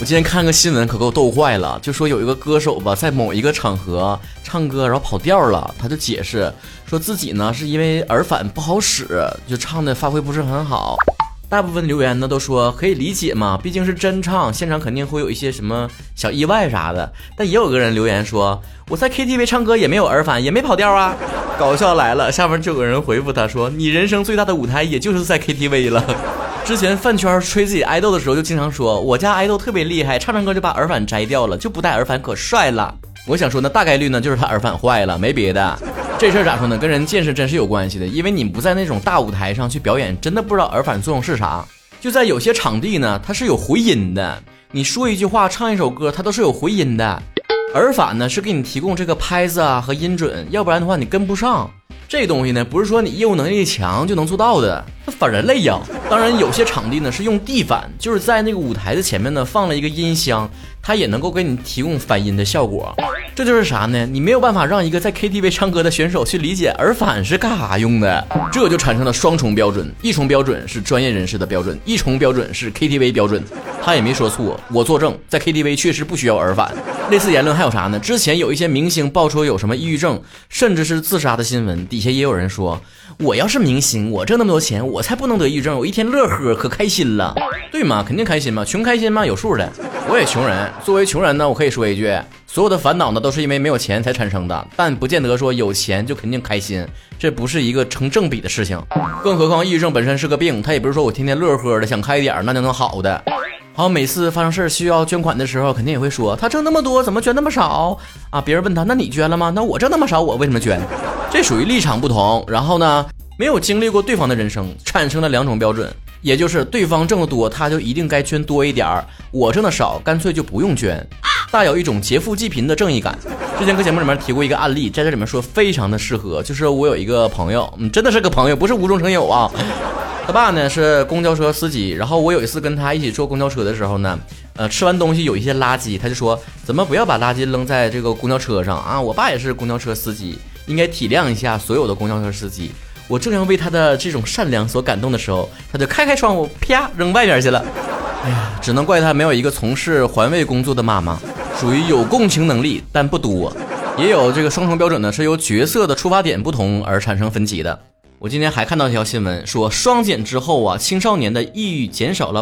我今天看个新闻可给我逗坏了，就说有一个歌手吧，在某一个场合唱歌，然后跑调了，他就解释说自己呢是因为耳返不好使，就唱的发挥不是很好。大部分留言呢都说可以理解嘛，毕竟是真唱，现场肯定会有一些什么小意外啥的。但也有个人留言说，我在 KTV 唱歌也没有耳返，也没跑调啊。搞笑来了，下面就有人回复他说，你人生最大的舞台也就是在 KTV 了。之前饭圈吹自己爱豆的时候就经常说，我家爱豆特别厉害，唱唱歌就把耳返摘掉了，就不戴耳返可帅了。我想说呢，大概率呢就是他耳返坏了，没别的。这事儿咋说呢，跟人见识真是有关系的，因为你不在那种大舞台上去表演，真的不知道耳返作用是啥。就在有些场地呢，它是有回音的，你说一句话唱一首歌它都是有回音的。耳返呢是给你提供这个拍子啊和音准，要不然的话你跟不上。这东西呢不是说你业务能力强就能做到的，它反人类呀。当然有些场地呢是用地反，就是在那个舞台的前面呢放了一个音箱，它也能够给你提供反音的效果。这就是啥呢，你没有办法让一个在 KTV 唱歌的选手去理解耳返是干啥用的，这就产生了双重标准。一重标准是专业人士的标准，一重标准是 KTV 标准。他也没说错，我作证，在 KTV 确实不需要耳返。类似言论还有啥呢？之前有一些明星爆出有什么抑郁症甚至是自杀的新闻，底下也有人说，我要是明星，我挣那么多钱，我才不能得抑郁症，我一天乐呵可开心了。对吗？肯定开心嘛，穷开心嘛，有数的。我也穷人，作为穷人呢，我可以说一句，所有的烦恼呢都是因为没有钱才产生的，但不见得说有钱就肯定开心，这不是一个成正比的事情。更何况抑郁症本身是个病，它也不是说我天天乐呵的想开点那就能好的。好，每次发生事需要捐款的时候，肯定也会说他挣那么多怎么捐那么少啊？别人问他，那你捐了吗？那我挣那么少我为什么捐？这属于立场不同，然后呢没有经历过对方的人生，产生了两种标准，也就是对方挣得多他就一定该捐多一点，我挣得少干脆就不用捐，大有一种劫富济贫的正义感。之前搁节目里面提过一个案例，在这里面说非常的适合，就是我有一个朋友，真的是个朋友，不是无中生有啊。他爸呢是公交车司机，然后我有一次跟他一起坐公交车的时候呢，吃完东西有一些垃圾，他就说怎么不要把垃圾扔在这个公交车上啊？我爸也是公交车司机，应该体谅一下所有的公交车司机。我正要为他的这种善良所感动的时候，他就开窗户啪扔外边去了。哎呀，只能怪他没有一个从事环卫工作的妈妈，属于有共情能力但不多。也有这个双重标准呢，是由角色的出发点不同而产生分歧的。我今天还看到一条新闻，说双减之后啊，青少年的抑郁减少了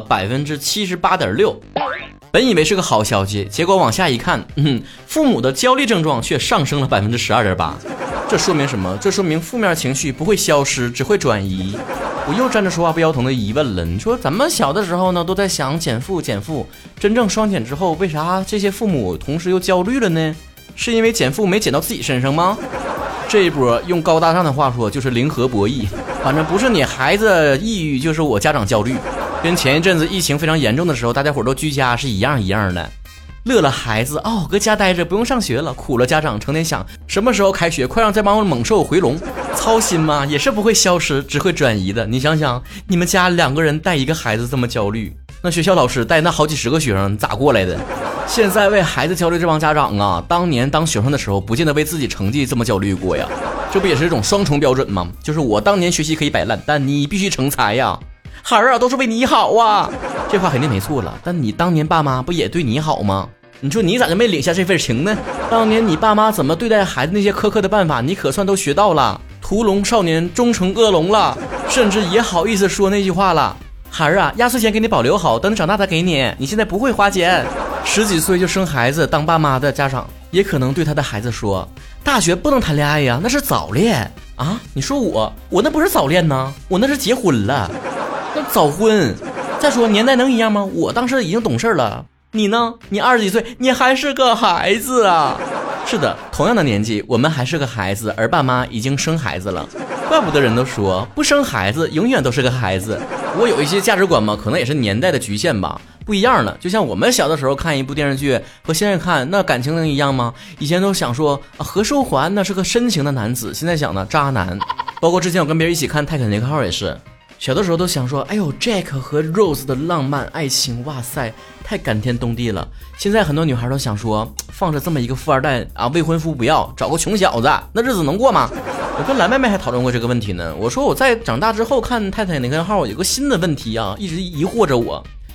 78.6%。本以为是个好消息，结果往下一看，父母的焦虑症状却上升了 12.8%。这说明什么？这说明负面情绪不会消失，只会转移。我又站着说话不腰疼的疑问了，你说咱们小的时候呢都在想减负，真正双减之后，为啥这些父母同时又焦虑了呢？是因为减负没减到自己身上吗？这一波用高大上的话说就是零和博弈，反正不是你孩子抑郁就是我家长焦虑，跟前一阵子疫情非常严重的时候大家伙都居家是一样的。乐了孩子搁家待着不用上学了，苦了家长成天想什么时候开学，快让这帮猛兽回笼。操心嘛也是不会消失，只会转移的。你想想你们家2个人带一个孩子这么焦虑，那学校老师带那好几十个学生咋过来的？现在为孩子焦虑这帮家长啊，当年当学生的时候不见得为自己成绩这么焦虑过呀。这不也是一种双重标准吗？就是我当年学习可以摆烂，但你必须成才呀。孩儿啊，都是为你好啊，这话肯定没错了。但你当年爸妈不也对你好吗？你说你咋就没领下这份情呢？当年你爸妈怎么对待孩子那些苛刻的办法，你可算都学到了。屠龙少年终成恶龙了，甚至也好意思说那句话了。孩儿啊，压岁钱给你保留好，等你长大再给你。你现在不会花钱。10几岁就生孩子当爸妈的家长，也可能对他的孩子说，大学不能谈恋爱呀，那是早恋啊。你说我那不是早恋呢，我那是结婚了，那早婚。再说年代能一样吗？我当时已经懂事了，你呢？你20几岁，你还是个孩子啊。是的，同样的年纪，我们还是个孩子，而爸妈已经生孩子了。怪不得人都说不生孩子永远都是个孩子。我有一些价值观嘛，可能也是年代的局限吧，不一样了。就像我们小的时候看一部电视剧和现在看，那感情能一样吗？以前都想说何寿环那是个深情的男子，现在想呢渣男。包括之前我跟别人一起看泰坦尼克号也是，小的时候都想说，哎呦 Jack 和 Rose 的浪漫爱情，哇塞太感天动地了。现在很多女孩都想说，放着这么一个富二代啊，未婚夫不要，找个穷小子，那日子能过吗？我跟蓝妹妹还讨论过这个问题呢。我说我在长大之后看泰坦尼克号有个新的问题啊，一直疑惑着我。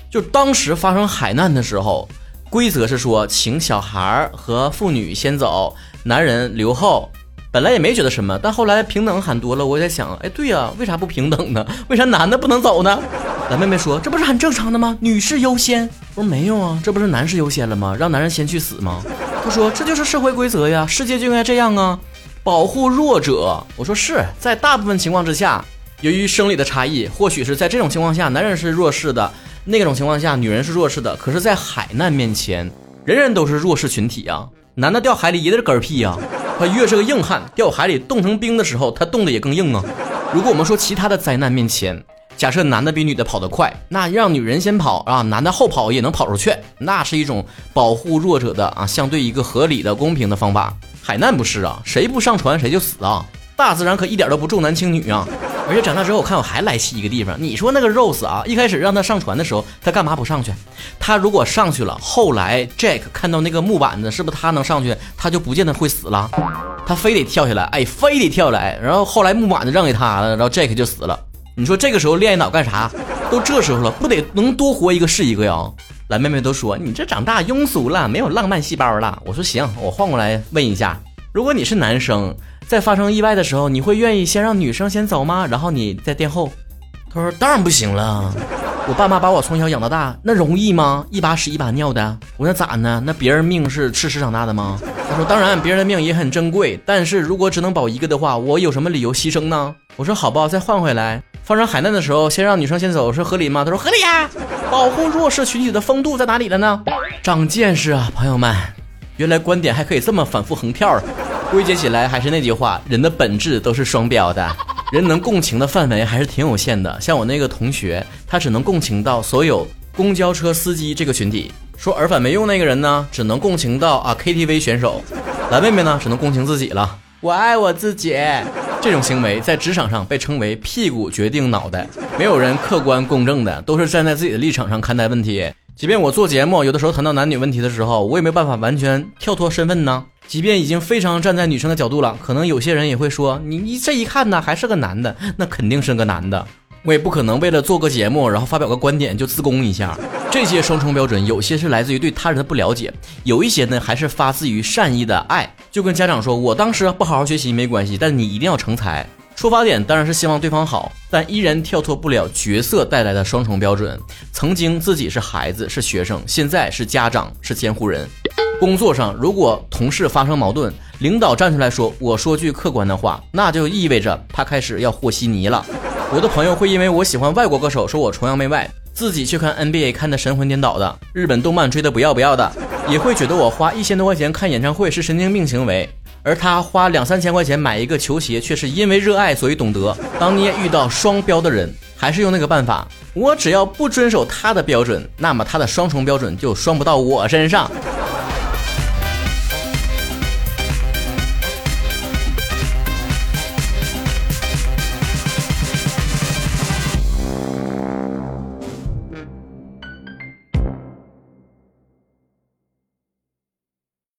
就当时发生海难的时候，规则是说请小孩和妇女先走，男人留后。本来也没觉得什么，但后来平等喊多了，我在想，哎，对呀，为啥不平等呢？为啥男的不能走呢？蓝妹妹说，这不是很正常的吗？女士优先。我说没有啊，这不是男士优先了吗？让男人先去死吗？她说这就是社会规则呀，世界就应该这样啊，保护弱者。我说是在大部分情况之下，由于生理的差异，或许是在这种情况下男人是弱势的，那种情况下女人是弱势的，可是在海难面前，人人都是弱势群体啊。男的掉海里也得是嗝屁啊，他越是个硬汉，掉海里冻成冰的时候，他冻得也更硬啊。如果我们说其他的灾难面前，假设男的比女的跑得快，那让女人先跑啊，男的后跑也能跑出去，那是一种保护弱者的相对一个合理的公平的方法。海难不是啊，谁不上船谁就死啊，大自然可一点都不重男轻女啊。而且长大之后我看我还来气一个地方，你说那个 Rose 一开始让他上船的时候他干嘛不上去？他如果上去了，后来 Jack 看到那个木板子，是不是他能上去，他就不见得会死了，他非得跳下来，非得跳下来，然后后来木板子让给他了，然后 Jack 就死了。你说这个时候恋爱脑干啥？都这时候了，不得能多活一个是一个呀？蓝妹妹都说你这长大庸俗了，没有浪漫细胞了。我说行，我换过来问一下，如果你是男生，在发生意外的时候，你会愿意先让女生先走吗？然后你再垫后？他说当然不行了，我爸妈把我从小养到大，那容易吗？一把屎一把尿的，我那咋呢？那别人命是吃屎长大的吗？他说当然别人的命也很珍贵，但是如果只能保一个的话，我有什么理由牺牲呢？我说好吧，再换回来，发生海难的时候先让女生先走是合理吗？他说合理啊，保护弱势群体的风度在哪里了呢？长见识啊，朋友们，原来观点还可以这么反复横跳。归结起来还是那句话，人的本质都是双标的，人能共情的范围还是挺有限的。像我那个同学，他只能共情到所有公交车司机这个群体，说耳返没用那个人呢，只能共情到KTV 选手。蓝妹妹呢，只能共情自己了，我爱我自己。这种行为在职场上被称为屁股决定脑袋，没有人客观公正的，都是站在自己的立场上看待问题。即便我做节目，有的时候谈到男女问题的时候，我也没办法完全跳脱身份呢。即便已经非常站在女生的角度了，可能有些人也会说，你这一看呢还是个男的，那肯定是个男的。我也不可能为了做个节目，然后发表个观点就自攻一下。这些双重标准，有些是来自于对他人的不了解，有一些呢还是发自于善意的爱。就跟家长说，我当时不好好学习没关系，但你一定要成才。出发点当然是希望对方好，但依然跳脱不了角色带来的双重标准。曾经自己是孩子是学生，现在是家长是监护人。工作上如果同事发生矛盾，领导站出来说，我说句客观的话，那就意味着他开始要和稀泥了。我的朋友会因为我喜欢外国歌手说我崇洋媚外，自己去看 NBA 看得神魂颠倒的，日本动漫追得不要不要的，也会觉得我花1000多块钱看演唱会是神经病行为，而他花2-3千块钱买一个球鞋却是因为热爱所以懂得。当你也遇到双标的人，还是用那个办法，我只要不遵守他的标准，那么他的双重标准就双不到我身上。